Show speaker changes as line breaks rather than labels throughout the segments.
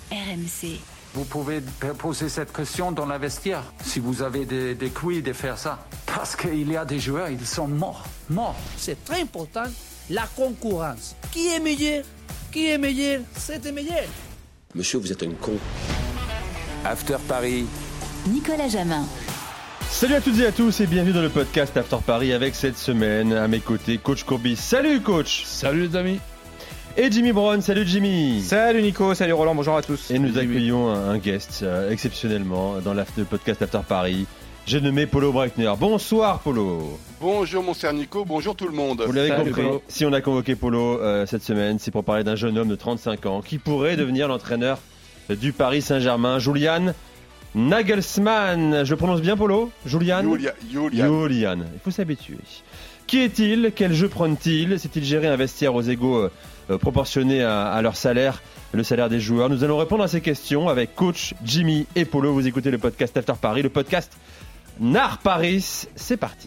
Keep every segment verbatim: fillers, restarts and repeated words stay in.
R M C.
Vous pouvez poser cette question dans la vestiaire, si vous avez des, des couilles de faire ça. Parce qu'il y a des joueurs, ils sont morts, morts.
C'est très important, la concurrence. Qui est meilleur? Qui est meilleur? C'est le meilleur.
Monsieur, vous êtes un con.
After Paris.
Nicolas Jamin.
Salut à toutes et à tous et bienvenue dans le podcast After Paris avec cette semaine à mes côtés Coach Courbis. Salut coach.
Salut les amis.
Et Jimmy Brown, salut Jimmy.
Salut Nico, salut Roland, bonjour à tous.
Et nous accueillons un guest euh, exceptionnellement dans le podcast After Paris. J'ai nommé Polo Breitner. Bonsoir Polo.
Bonjour mon cher Nico, bonjour tout le monde.
Vous l'avez
Salut,
compris,
Polo.
Si on a convoqué Polo euh, cette semaine, c'est pour parler d'un jeune homme de trente-cinq ans qui pourrait devenir l'entraîneur du Paris Saint-Germain, Julian Nagelsmann. Je prononce bien Polo? Julian
Julia, Julian.
Julian. Il faut s'habituer. Qui est-il? Quel jeu prend-il? Sait-il gérer un vestiaire aux égaux euh, proportionnés à, à leur salaire, le salaire des joueurs? Nous allons répondre à ces questions avec coach Jimmy et Polo. Vous écoutez le podcast After Paris, le podcast Nar Paris. C'est parti.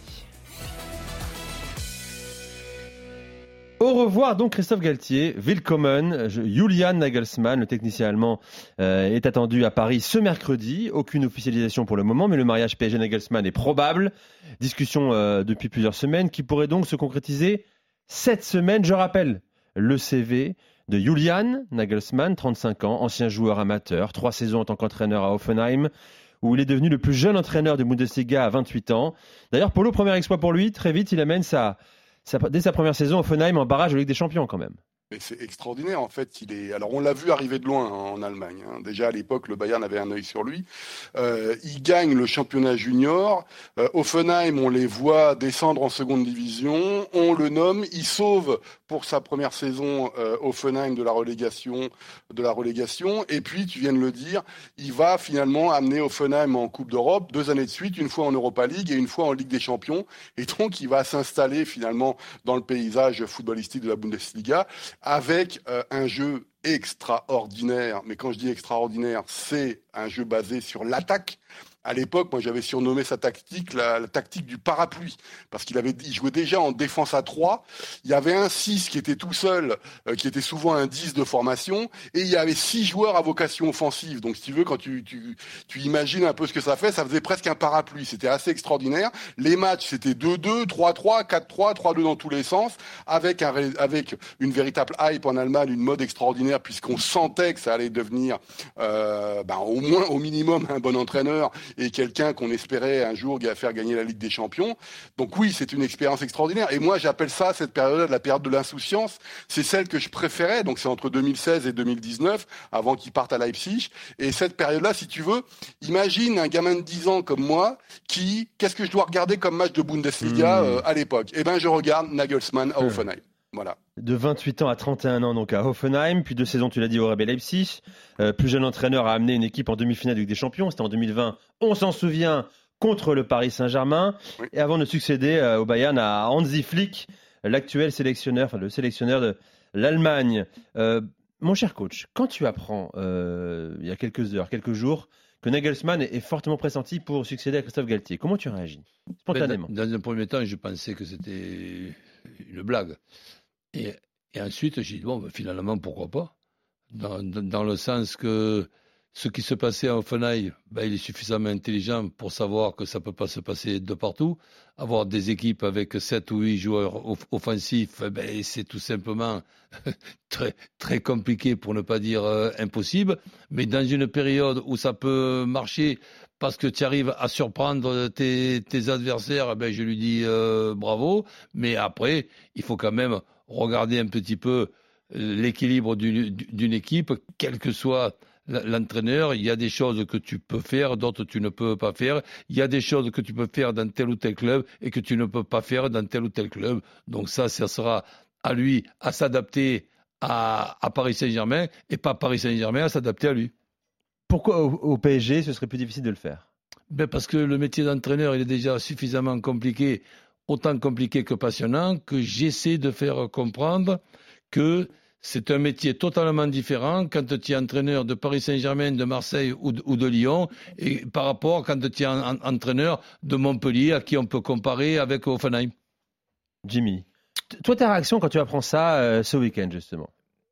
Au revoir donc Christophe Galtier, willkommen, Julian Nagelsmann, le technicien allemand euh, est attendu à Paris ce mercredi, aucune officialisation pour le moment mais le mariage P S G-Nagelsmann est probable, discussion euh, depuis plusieurs semaines qui pourrait donc se concrétiser cette semaine. Je rappelle le C V de Julian Nagelsmann, trente-cinq ans, ancien joueur amateur, trois saisons en tant qu'entraîneur à Hoffenheim où il est devenu le plus jeune entraîneur de Bundesliga à vingt-huit ans. D'ailleurs Polo, premier exploit pour lui, très vite il amène sa... dès sa première saison, Hoffenheim en barrage de Ligue des Champions quand même.
Mais c'est extraordinaire en fait. Il est. Alors on l'a vu arriver de loin hein, en Allemagne. Hein. Déjà à l'époque, le Bayern avait un œil sur lui. Euh, il gagne le championnat junior. Euh, Hoffenheim, on les voit descendre en seconde division. On le nomme. Il sauve pour sa première saison euh, Hoffenheim de la relégation, de la relégation. Et puis tu viens de le dire, il va finalement amener Hoffenheim en Coupe d'Europe deux années de suite, une fois en Europa League et une fois en Ligue des Champions. Et donc il va s'installer finalement dans le paysage footballistique de la Bundesliga, avec euh, un jeu extraordinaire. Mais quand je dis extraordinaire, c'est un jeu basé sur l'attaque. À l'époque, moi, j'avais surnommé sa tactique la, la tactique du parapluie, parce qu'il avait, il jouait déjà en défense à trois. Il y avait un six qui était tout seul, euh, qui était souvent un dix de formation, et il y avait six joueurs à vocation offensive. Donc, si tu veux, quand tu, tu, tu imagines un peu ce que ça fait, ça faisait presque un parapluie. C'était assez extraordinaire. Les matchs, c'était deux deux, trois trois, quatre trois, trois deux dans tous les sens, avec un, avec une véritable hype en Allemagne, une mode extraordinaire, puisqu'on sentait que ça allait devenir, euh, ben, au moins, au minimum, un bon entraîneur et quelqu'un qu'on espérait un jour faire gagner la Ligue des Champions. Donc oui, c'est une expérience extraordinaire. Et moi, j'appelle ça, cette période-là, la période de l'insouciance. C'est celle que je préférais. Donc c'est entre deux mille seize et deux mille dix-neuf, avant qu'il parte à Leipzig. Et cette période-là, si tu veux, imagine un gamin de dix ans comme moi, qui, qu'est-ce que je dois regarder comme match de Bundesliga mmh. euh, à l'époque? Eh ben, je regarde Nagelsmann à Hoffenheim. Voilà.
De vingt-huit ans à trente et un ans donc à Hoffenheim, puis deux saisons, tu l'as dit, au R B Leipzig. Euh, plus jeune entraîneur a amené une équipe en demi-finale de Ligue des Champions, c'était en deux mille vingt, on s'en souvient, contre le Paris Saint-Germain. Oui. Et avant de succéder euh, au Bayern à Hansi Flick, l'actuel sélectionneur, enfin le sélectionneur de l'Allemagne. Euh, mon cher coach, quand tu apprends, euh, il y a quelques heures, quelques jours, que Nagelsmann est fortement pressenti pour succéder à Christophe Galtier, comment tu réagis spontanément?
Dans, dans un premier temps, je pensais que c'était une blague. Et, et ensuite, j'ai dit, bon, ben, finalement, pourquoi pas? Dans, dans, dans le sens que ce qui se passait à Hoffenheim, ben, il est suffisamment intelligent pour savoir que ça ne peut pas se passer de partout. Avoir des équipes avec sept ou huit joueurs off- offensifs, ben, c'est tout simplement très, très compliqué, pour ne pas dire euh, impossible. Mais dans une période où ça peut marcher, parce que tu arrives à surprendre tes, tes adversaires, ben, je lui dis euh, bravo. Mais après, il faut quand même regarder un petit peu l'équilibre d'une, d'une équipe, quel que soit l'entraîneur. Il y a des choses que tu peux faire, d'autres tu ne peux pas faire. Il y a des choses que tu peux faire dans tel ou tel club et que tu ne peux pas faire dans tel ou tel club. Donc ça, ça sera à lui à s'adapter à, à Paris Saint-Germain et pas Paris Saint-Germain à s'adapter à lui.
Pourquoi au, au P S G, ce serait plus difficile de le faire?
Ben parce que le métier d'entraîneur, il est déjà suffisamment compliqué, autant compliqué que passionnant, que j'essaie de faire comprendre que c'est un métier totalement différent quand tu es entraîneur de Paris Saint-Germain, de Marseille ou de, ou de Lyon, et par rapport à quand tu es en, en, entraîneur de Montpellier, à qui on peut comparer avec Hoffenheim.
Jimmy, toi, ta réaction quand tu apprends ça euh, ce week-end, justement?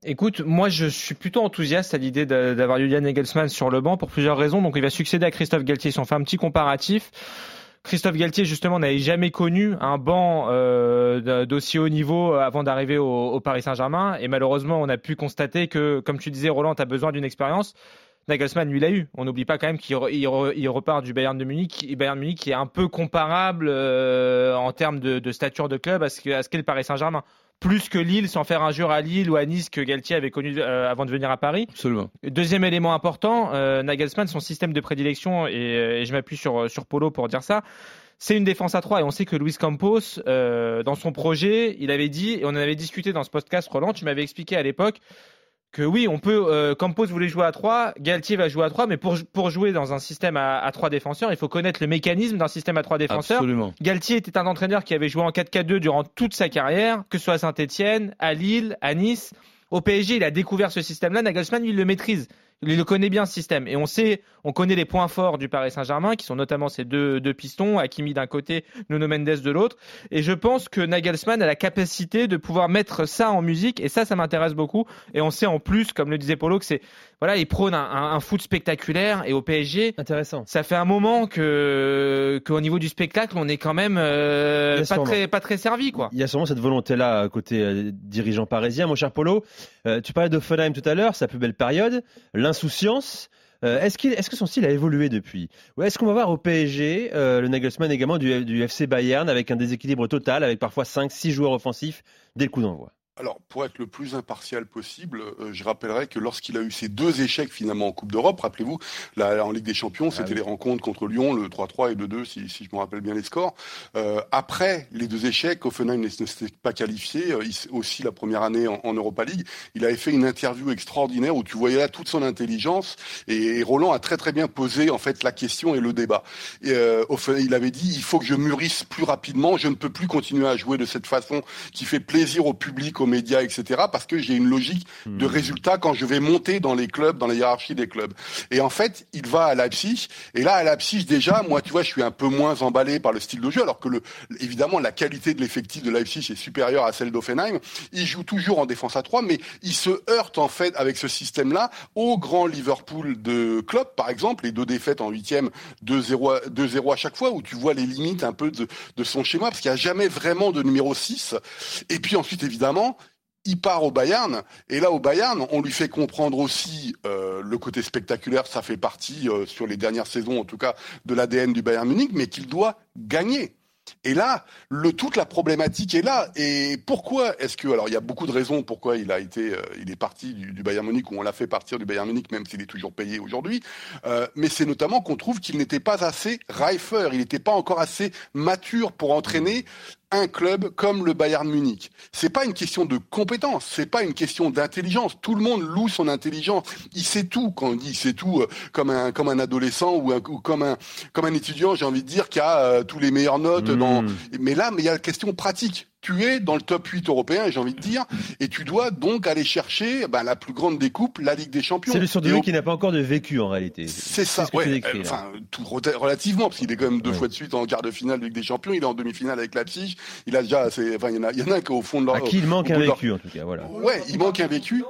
Écoute, moi je suis plutôt enthousiaste à l'idée de, d'avoir Julian Nagelsmann sur le banc pour plusieurs raisons. Donc il va succéder à Christophe Galtier. Si on fait un petit comparatif, Christophe Galtier justement n'avait jamais connu un banc euh, d'aussi haut niveau avant d'arriver au, au Paris Saint-Germain. Et malheureusement, on a pu constater que, comme tu disais, Roland, tu as besoin d'une expérience. Nagelsmann, lui, l'a eu. On n'oublie pas quand même qu'il re, il re, il repart du Bayern de Munich, Bayern de Munich qui est un peu comparable euh, en termes de, de stature de club à ce, à ce qu'est le Paris Saint-Germain. Plus que Lille, sans faire injure à Lille ou à Nice que Galtier avait connu euh, avant de venir à Paris.
Absolument.
Deuxième élément important, euh, Nagelsmann, son système de prédilection, et, et je m'appuie sur, sur Polo pour dire ça, c'est une défense à trois. Et on sait que Luis Campos, euh, dans son projet, il avait dit, et on en avait discuté dans ce podcast, Roland, tu m'avais expliqué à l'époque, que oui, on peut. Euh, Campos voulait jouer à trois, Galtier va jouer à trois, mais pour pour jouer dans un système à, à trois défenseurs, il faut connaître le mécanisme d'un système à trois défenseurs.
Absolument.
Galtier était un entraîneur qui avait joué en quatre quatre deux durant toute sa carrière, que ce soit à Saint-Etienne, à Lille, à Nice. Au P S G, il a découvert ce système-là. Nagelsmann, il le maîtrise. Il le connaît bien, ce système. Et on sait, on connaît les points forts du Paris Saint-Germain, qui sont notamment ces deux, deux pistons, Hakimi d'un côté, Nuno Mendes de l'autre. Et je pense que Nagelsmann a la capacité de pouvoir mettre ça en musique. Et ça, ça m'intéresse beaucoup. Et on sait en plus, comme le disait Polo, que c'est, voilà, il prône un, un, un foot spectaculaire. Et au P S G,
intéressant. Ça
fait un moment que, qu'au niveau du spectacle, on est quand même euh, pas très, pas très servi, quoi.
Il y a sûrement cette volonté-là côté euh, dirigeant parisien, mon cher Polo. Euh, tu parlais d'Hoffenheim tout à l'heure, sa plus belle période. L'insouciance, euh, est-ce, qu'il, est-ce que son style a évolué depuis ? Ou est-ce qu'on va voir au P S G euh, le Nagelsmann également du, du F C Bayern avec un déséquilibre total, avec parfois cinq six joueurs offensifs dès le coup d'envoi ?
Alors, pour être le plus impartial possible, euh, je rappellerai que lorsqu'il a eu ces deux échecs finalement en Coupe d'Europe, rappelez-vous, là, en Ligue des Champions, c'était ah oui. les rencontres contre Lyon, le trois trois et deux deux, si, si je me rappelle bien les scores. Euh, après les deux échecs, Hoffenheim ne s'était pas qualifié, euh, il, aussi la première année en, en Europa League. Il avait fait une interview extraordinaire où tu voyais là toute son intelligence et, et Roland a très très bien posé en fait la question et le débat. Et, euh, Hoffenheim, il avait dit, il faut que je mûrisse plus rapidement, je ne peux plus continuer à jouer de cette façon qui fait plaisir au public, aux médias, et cetera, parce que j'ai une logique de résultat quand je vais monter dans les clubs, dans la hiérarchie des clubs. Et en fait, il va à Leipzig, et là, à Leipzig, déjà, moi, tu vois, je suis un peu moins emballé par le style de jeu, alors que, le, évidemment, la qualité de l'effectif de Leipzig est supérieure à celle d'Hoffenheim. Il joue toujours en défense à trois, mais il se heurte, en fait, avec ce système-là, au grand Liverpool de Klopp, par exemple, les deux défaites en huitième, deux zéro à chaque fois, où tu vois les limites un peu de, de son schéma, parce qu'il n'y a jamais vraiment de numéro six. Et puis ensuite, évidemment, il part au Bayern, et là au Bayern, on lui fait comprendre aussi euh, le côté spectaculaire, ça fait partie, euh, sur les dernières saisons en tout cas, de l'A D N du Bayern Munich, mais qu'il doit gagner. Et là, le, toute la problématique est là. Et pourquoi est-ce que, alors il y a beaucoup de raisons pourquoi il a été, euh, il est parti du, du Bayern Munich, ou on l'a fait partir du Bayern Munich, même s'il est toujours payé aujourd'hui. Euh, mais c'est notamment qu'on trouve qu'il n'était pas assez reifer, il n'était pas encore assez mature pour entraîner un club comme le Bayern Munich. C'est pas une question de compétence, c'est pas une question d'intelligence. Tout le monde loue son intelligence. Il sait tout. Quand on dit il sait tout, euh, comme un comme un adolescent ou, un, ou comme un comme un étudiant, j'ai envie de dire, qui a euh, tous les meilleures notes. Mmh. Dans. Mais là, mais il y a la question pratique. Tu es dans le top huit européen, j'ai envie de dire, et tu dois donc aller chercher ben, la plus grande des coupes, la Ligue des Champions.
C'est le surdoué qui n'a pas encore de vécu en réalité.
C'est ça, c'est ouais, décris, enfin, tout relativement, parce qu'il est quand même deux ouais. fois de suite en quart de finale de Ligue des Champions, il est en demi-finale avec Leipzig, il a déjà, c'est, enfin, il y en a, il y en a qui au fond de leur...
À qui il manque un vécu leur... en tout cas, voilà.
Ouais, il manque un vécu.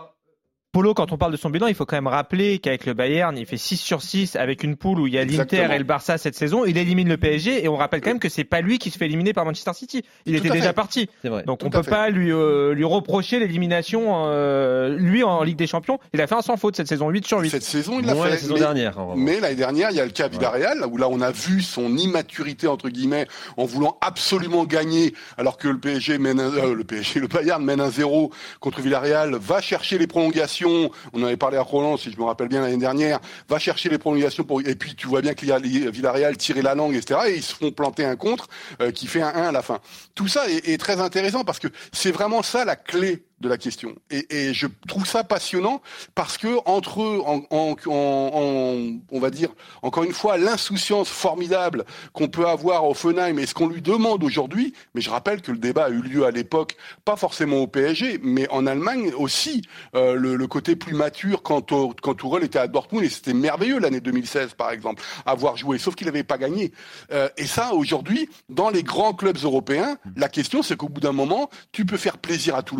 Polo, quand on parle de son bilan, il faut quand même rappeler qu'avec le Bayern, il fait six sur six avec une poule où il y a Exactement. l'Inter et le Barça cette saison. Il élimine le P S G et on rappelle quand même que c'est pas lui qui se fait éliminer par Manchester City. Il Tout était déjà parti.
C'est vrai.
Donc
Tout
on peut pas lui euh, lui reprocher l'élimination. Euh, lui en Ligue des Champions, il a fait un sans faute cette saison, huit sur huit.
Cette saison, il l'a
Moins
fait.
La saison
mais,
dernière.
Mais l'année dernière, il y a le cas Villarreal où là on a vu son immaturité entre guillemets en voulant absolument gagner alors que le P S G mène un, euh, le P S G, le Bayern mène un zéro contre Villarreal, va chercher les prolongations. On avait parlé à Roland, si je me rappelle bien l'année dernière, va chercher les prolongations pour, et puis tu vois bien que Villarreal tirait la langue, et cetera. Et ils se font planter un contre euh, qui fait un un à la fin. Tout ça est, est très intéressant parce que c'est vraiment ça la clé de la question. Et, et je trouve ça passionnant parce que entre eux, en, en, en, en, on va dire, encore une fois, l'insouciance formidable qu'on peut avoir au Hoffenheim et ce qu'on lui demande aujourd'hui, mais je rappelle que le débat a eu lieu à l'époque, pas forcément au P S G, mais en Allemagne aussi, euh, le, le côté plus mature quand, au, quand Tuchel était à Dortmund, et c'était merveilleux l'année deux mille seize par exemple, avoir joué, sauf qu'il n'avait pas gagné. Euh, et ça, aujourd'hui, dans les grands clubs européens, la question c'est qu'au bout d'un moment, tu peux faire plaisir à tout le monde. Moi,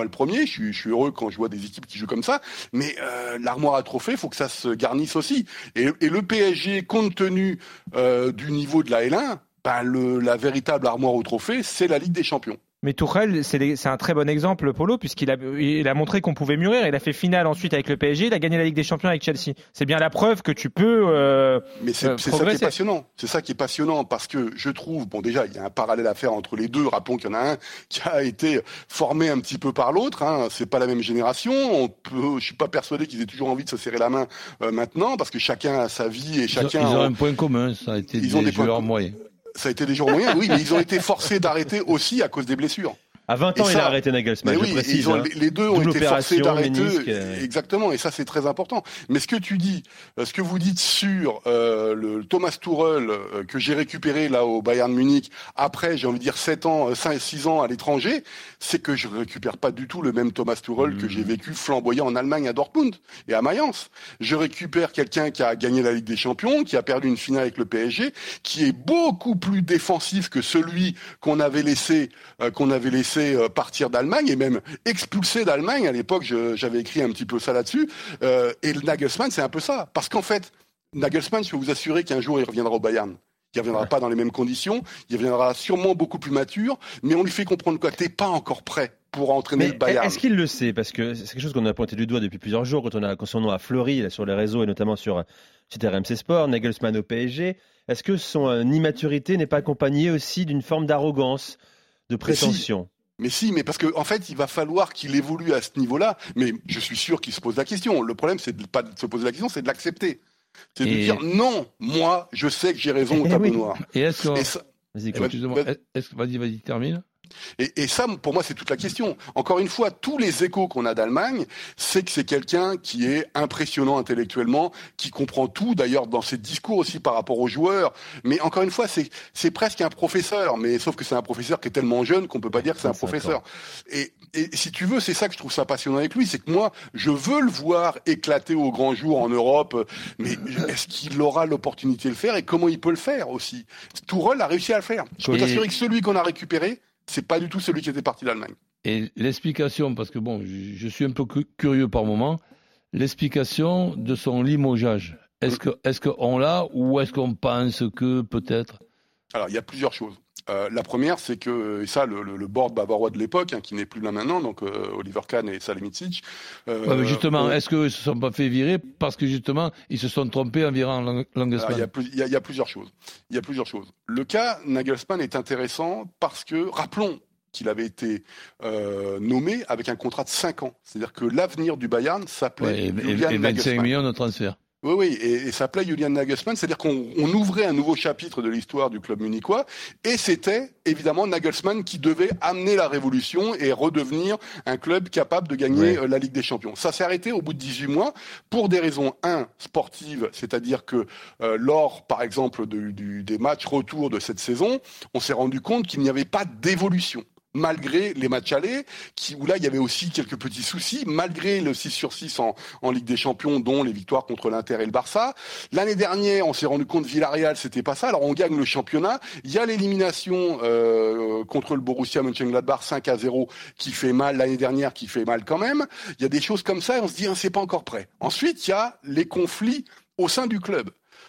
moi le premier, je suis, je suis heureux quand je vois des équipes qui jouent comme ça, mais euh, l'armoire à trophées, il faut que ça se garnisse aussi. Et, et le P S G, compte tenu euh, du niveau de la L un, ben le, la véritable armoire au trophée, c'est la Ligue des Champions.
Mais Tuchel, c'est, des, c'est un très bon exemple, Polo, puisqu'il a, il a montré qu'on pouvait mûrir. Il a fait finale ensuite avec le P S G, il a gagné la Ligue des Champions avec Chelsea. C'est bien la preuve que tu peux euh,
Mais c'est,
euh,
c'est ça qui est passionnant. C'est ça qui est passionnant parce que je trouve, bon déjà, il y a un parallèle à faire entre les deux. Rappelons qu'il y en a un qui a été formé un petit peu par l'autre. Hein. C'est pas la même génération. On peut, je suis pas persuadé qu'ils aient toujours envie de se serrer la main euh, maintenant parce que chacun a sa vie et chacun.
Ils ont, ils ont
a,
un point commun. Ça a été
ils
des,
ont des
joueurs moyens.
Ça a été des joueurs moyens, oui, mais ils ont été forcés d'arrêter aussi à cause des blessures.
À vingt ans, ça, il a arrêté Nagelsmann,
oui,
je précise.
Ils ont,
hein.
Les deux ont
Double
été forcés d'arrêter.
ménisque, euh...
Exactement, et ça, c'est très important. Mais ce que tu dis, ce que vous dites sur euh, le Thomas Tuchel, euh, que j'ai récupéré là au Bayern Munich, après, j'ai envie de dire, sept ans, cinq, six ans à l'étranger, c'est que je récupère pas du tout le même Thomas Tuchel mmh. que j'ai vécu flamboyant en Allemagne à Dortmund et à Mayence. Je récupère quelqu'un qui a gagné la Ligue des Champions, qui a perdu une finale avec le P S G, qui est beaucoup plus défensif que celui qu'on avait laissé, euh, qu'on avait laissé euh, partir d'Allemagne et même expulsé d'Allemagne. À l'époque, je, j'avais écrit un petit peu ça là-dessus. Euh, et le Nagelsmann, c'est un peu ça. Parce qu'en fait, Nagelsmann, je peux vous assurer qu'un jour, il reviendra au Bayern. Il ne reviendra pas dans les mêmes conditions. Il reviendra sûrement beaucoup plus mature. Mais on lui fait comprendre quoi. T'es pas encore prêt pour entraîner
mais
le Bayern.
Est-ce qu'il le sait? Parce que c'est quelque chose qu'on a pointé du doigt depuis plusieurs jours quand, on a, quand son nom a fleuri là, sur les réseaux et notamment sur, sur R M C Sport, Nagelsmann au P S G. Est-ce que son euh, immaturité n'est pas accompagnée aussi d'une forme d'arrogance, de prétention?
Mais si, mais parce qu'en en fait, il va falloir qu'il évolue à ce niveau-là. Mais je suis sûr qu'il se pose la question. Le problème, c'est de pas de se poser la question, c'est de l'accepter. C'est et... de dire non, moi, je sais que j'ai raison au tableau oui. noir.
Et est-ce que...
Et ça...
Vas-y, excuse-moi. Est-ce... Vas-y, vas-y, termine.
Et, et ça, pour moi, c'est toute la question. Encore une fois, tous les échos qu'on a d'Allemagne, c'est que c'est quelqu'un qui est impressionnant intellectuellement, qui comprend tout, d'ailleurs, dans ses discours aussi par rapport aux joueurs. Mais encore une fois, c'est, c'est presque un professeur, mais sauf que c'est un professeur qui est tellement jeune qu'on peut pas dire que c'est un professeur. Et, et si tu veux, c'est ça que je trouve ça passionnant avec lui, c'est que moi, je veux le voir éclater au grand jour en Europe, mais est-ce qu'il aura l'opportunité de le faire et comment il peut le faire aussi? Tuchel a réussi à le faire. Je peux et... t'assurer que celui qu'on a récupéré, c'est pas du tout celui qui était parti d'Allemagne.
Et l'explication, parce que bon, je, je suis un peu curieux par moment, l'explication de son limogeage, est-ce que, est-ce qu'on l'a ou est-ce qu'on pense que peut-être?
Alors, il y a plusieurs choses. Euh, la première, c'est que, et ça, le, le, le board bavarois de l'époque, hein, qui n'est plus là maintenant, donc euh, Oliver Kahn et Salihamidzic. Euh,
ouais, mais justement, euh, est-ce qu'ils ne se sont pas fait virer parce que justement, ils se sont trompés en virant Nagelsmann?
Il y, y, y a plusieurs choses. Il y a plusieurs choses. Le cas Nagelsmann est intéressant parce que, rappelons qu'il avait été euh, nommé avec un contrat de cinq ans. C'est-à-dire que l'avenir du Bayern s'appelait
ouais, Julian et, et vingt-cinq millions de transferts.
Oui, oui, et, et ça s'appelait Julian Nagelsmann, c'est-à-dire qu'on on ouvrait un nouveau chapitre de l'histoire du club munichois, et c'était évidemment Nagelsmann qui devait amener la révolution et redevenir un club capable de gagner ouais. la Ligue des Champions. Ça s'est arrêté au bout de dix-huit mois pour des raisons, un, sportives, c'est-à-dire que euh, lors, par exemple, de, du, des matchs retour de cette saison, on s'est rendu compte qu'il n'y avait pas d'évolution. Malgré les matchs allés, qui, où là il y avait aussi quelques petits soucis, malgré le six sur six en, en Ligue des Champions, dont les victoires contre l'Inter et le Barça. L'année dernière, on s'est rendu compte, Villarreal, c'était pas ça. Alors on gagne le championnat. Il y a l'élimination euh, contre le Borussia Mönchengladbach cinq à zéro qui fait mal l'année dernière, qui fait mal quand même. Il y a des choses comme ça et on se dit, hein, c'est pas encore prêt. Ensuite, il y a les conflits au sein du club.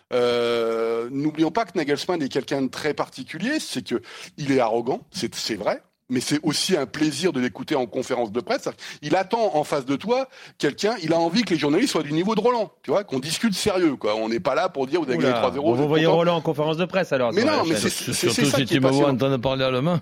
Euh, n'oublions pas que Nagelsmann est quelqu'un de très particulier, c'est que il est arrogant, c'est, c'est vrai. Mais c'est aussi un plaisir de l'écouter en conférence de presse. Il attend en face de toi quelqu'un, il a envie que les journalistes soient du niveau de Roland, tu vois, qu'on discute sérieux, quoi. On n'est pas là pour dire vous avez gagné trois zéro.
Vous voyez Roland en conférence de presse alors.
Mais non, mais c'est, c'est, c'est,
surtout
c'est ça
si
qui est
tu me vois
passionnant.
en train de parler allemand.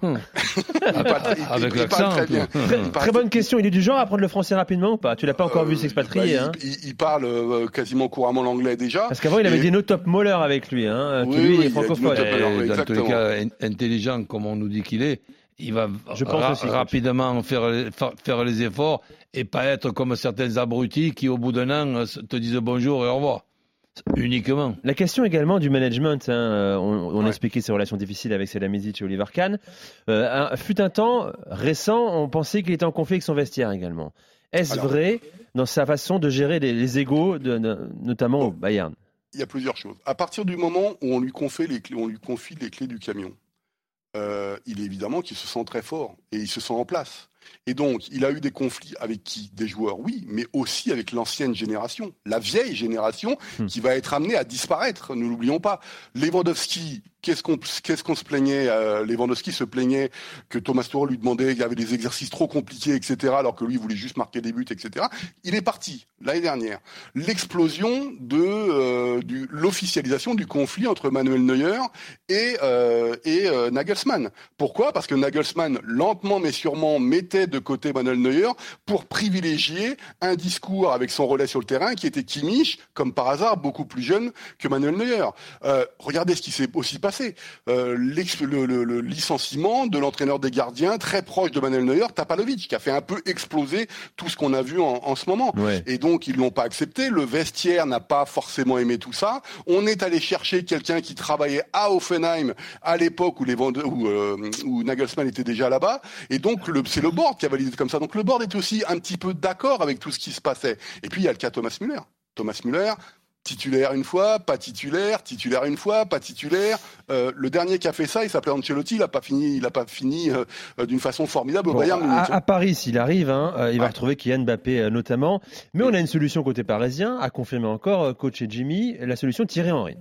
Avec l'accent.
Très, bien.
très, très bonne question. Il est du genre à apprendre le français rapidement ou pas? Tu l'as pas encore euh, vu s'expatrier, bah,
hein. il, il, il parle euh, quasiment couramment l'anglais déjà.
Parce qu'avant il avait et... des no top Moller avec lui, hein.
Oui,
qui lui
oui,
est francophone.
Dans tous les cas, intelligent comme on nous dit qu'il est. Il va
je pense
ra-
aussi,
rapidement faire, faire les efforts et pas être comme certains abrutis qui, au bout d'un an, te disent bonjour et au revoir. Uniquement.
La question également du management. Hein, on on ouais. a expliqué ses relations difficiles avec Salihamidzic et Oliver Kahn. Euh, fut un temps récent, on pensait qu'il était en conflit avec son vestiaire également. Est-ce Alors, vrai dans sa façon de gérer les, les égos, de, de, notamment bon, au Bayern?
Il y a plusieurs choses. À partir du moment où on lui confie les clés, on lui confie les clés du camion, Euh, il est évidemment qu'il se sent très fort et il se sent en place. Et donc, il a eu des conflits avec qui? Des joueurs, oui, mais aussi avec l'ancienne génération, la vieille génération mmh. qui va être amenée à disparaître, ne l'oublions pas. Lewandowski, qu'est-ce qu'on, qu'est-ce qu'on se plaignait euh, Lewandowski se plaignait que Thomas Tuchel lui demandait qu'il y avait des exercices trop compliqués, et cetera, alors que lui voulait juste marquer des buts, et cetera. Il est parti l'année dernière. L'explosion de euh, du, l'officialisation du conflit entre Manuel Neuer et, euh, et euh, Nagelsmann. Pourquoi? Parce que Nagelsmann, lentement mais sûrement, mettait de côté Manuel Neuer pour privilégier un discours avec son relais sur le terrain qui était Kimmich, comme par hasard, beaucoup plus jeune que Manuel Neuer. Euh, regardez ce qui s'est aussi passé. Euh, le, le, le licenciement de l'entraîneur des gardiens, très proche de Manuel Neuer, Tapalovic, qui a fait un peu exploser tout ce qu'on a vu en, en ce moment. Ouais. Et donc, ils l'ont pas accepté. Le vestiaire n'a pas forcément aimé tout ça. On est allé chercher quelqu'un qui travaillait à Hoffenheim à l'époque où, les vende- où, euh, où Nagelsmann était déjà là-bas. Et donc, le, c'est le board qui a validé comme ça. Donc, le board est aussi un petit peu d'accord avec tout ce qui se passait. Et puis, il y a le cas Thomas Müller. Thomas Müller, titulaire une fois, pas titulaire, titulaire une fois, pas titulaire. Euh, le dernier qui a fait ça, il s'appelait Ancelotti, il a pas fini, il a pas fini euh, d'une façon formidable au bon, Bayern Munich.
À, à Paris, s'il arrive, hein, euh, il ouais. va retrouver Kylian Mbappé euh, notamment. Mais on a une solution côté parisien, à confirmer encore, euh, coach et Jimmy, la solution Thierry Henry.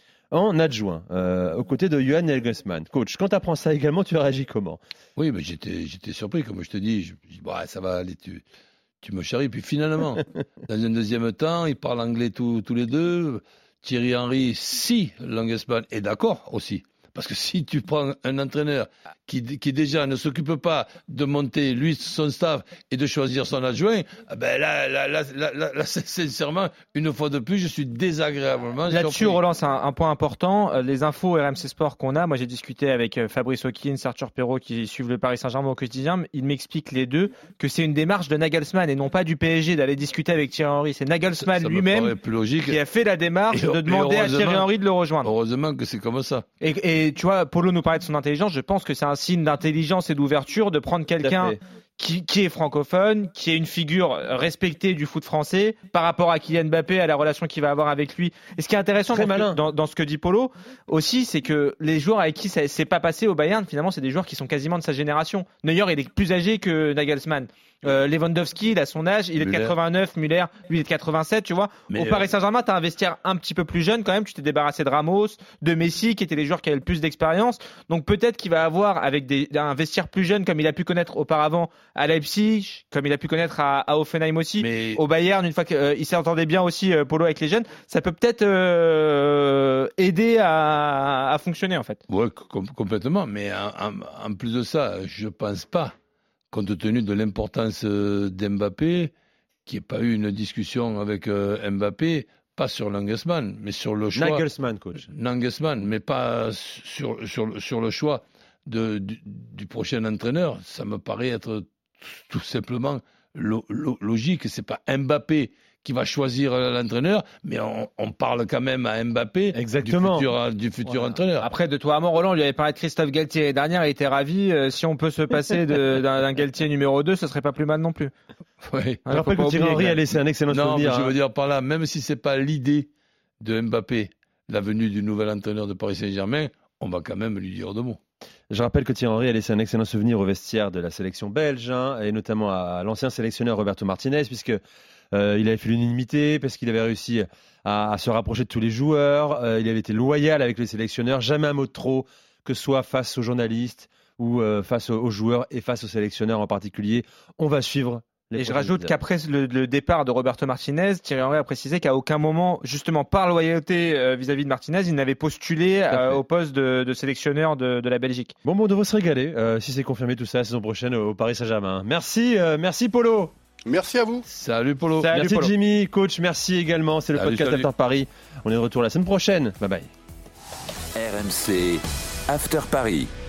En adjoint, euh, aux côtés de Julian Nagelsmann. Coach, quand tu apprends ça également, tu réagis comment?
Oui, mais j'étais, j'étais surpris, comme je te dis. Je me dis, bah, ça va aller, tu, tu me charries. Puis finalement, dans un deuxième temps, ils parlent anglais tous, tous les deux. Thierry Henry, si Nagelsmann est d'accord aussi. Parce que si tu prends un entraîneur qui, qui déjà ne s'occupe pas de monter lui son staff et de choisir son adjoint, ben là, là, là, là, là, là sincèrement, une fois de plus, je suis désagréablement
Là-dessus,
surpris.
on relance un, un point important. Les infos R M C Sport qu'on a, moi j'ai discuté avec Fabrice Hawkins, Arthur Perrault qui suivent le Paris Saint-Germain au quotidien. Ils m'expliquent les deux que c'est une démarche de Nagelsmann et non pas du P S G d'aller discuter avec Thierry Henry. C'est Nagelsmann
ça, ça
lui-même qui a fait la démarche et, de demander à Thierry Henry de le rejoindre.
Heureusement que c'est comme ça.
Et, et tu vois, Polo nous parlait de son intelligence. Je pense que c'est un signe d'intelligence et d'ouverture de prendre quelqu'un qui, qui est francophone, qui est une figure respectée du foot français par rapport à Kylian Mbappé, à la relation qu'il va avoir avec lui. Et ce qui est intéressant dans, dans, dans ce que dit Polo aussi, c'est que les joueurs avec qui ça s'est pas passé au Bayern, finalement, c'est des joueurs qui sont quasiment de sa génération. Neuer, il est plus âgé que Nagelsmann. Euh, Lewandowski, il a son âge, il est de quatre-vingt-neuf, Müller, lui il est de quatre-vingt-sept, tu vois. Mais au Paris Saint-Germain, t'as un vestiaire un petit peu plus jeune quand même, tu t'es débarrassé de Ramos, de Messi, qui étaient les joueurs qui avaient le plus d'expérience. Donc peut-être qu'il va avoir, avec des, un vestiaire plus jeune, comme il a pu connaître auparavant à Leipzig, comme il a pu connaître à, à Hoffenheim aussi, mais... au Bayern, une fois qu'il euh, s'entendait bien aussi, euh, Polo, avec les jeunes, ça peut peut-être euh, aider à, à fonctionner en fait.
Ouais, com- complètement, mais en, en, en plus de ça, je pense pas, compte tenu de l'importance d'Mbappé, qu'il n'y ait pas eu une discussion avec euh, Mbappé, pas sur Nagelsmann, mais sur le choix.
Nagelsmann, coach.
Nagelsmann, mais pas sur, sur, sur le choix de, du, du prochain entraîneur. Ça me paraît être tout simplement lo, lo, logique. C'est pas Mbappé qui va choisir l'entraîneur, mais on, on parle quand même à Mbappé
Exactement.
du futur, du futur
voilà.
entraîneur.
Après, de toi à moi, Roland, on lui avait parlé de Christophe Galtier l'année dernière, il était ravi. Euh, si on peut se passer de, d'un, d'un Galtier numéro deux, ce serait pas plus mal non plus.
Oui.
Je rappelle que Thierry Henry a laissé un excellent
non,
souvenir.
Non, mais je
hein.
veux dire par là, même si c'est pas l'idée de Mbappé, la venue du nouvel entraîneur de Paris Saint-Germain, on va quand même lui dire deux mots.
Je rappelle que Thierry Henry a laissé un excellent souvenir au vestiaire de la sélection belge, hein, et notamment à l'ancien sélectionneur Roberto Martinez, puisque euh, il avait fait l'unanimité, parce qu'il avait réussi à, à se rapprocher de tous les joueurs, euh, il avait été loyal avec les sélectionneurs, jamais un mot de trop, que ce soit face aux journalistes ou euh, face aux, aux joueurs et face aux sélectionneurs en particulier. On va suivre.
Et je rajoute qu'après le, le départ de Roberto Martinez, Thierry Henry a précisé qu'à aucun moment, justement par loyauté euh, vis-à-vis de Martinez, il n'avait postulé euh, au poste de, de sélectionneur de, de la Belgique.
Bon, bon, on devrait se régaler euh, si c'est confirmé tout ça la saison prochaine au Paris Saint-Germain. Merci, euh, merci Polo.
Merci à vous.
Salut Polo.
Salut merci
Polo.
Jimmy, coach, merci également. C'est le salut, podcast salut. After Paris. On est de retour la semaine prochaine. Bye bye.
R M C After Paris.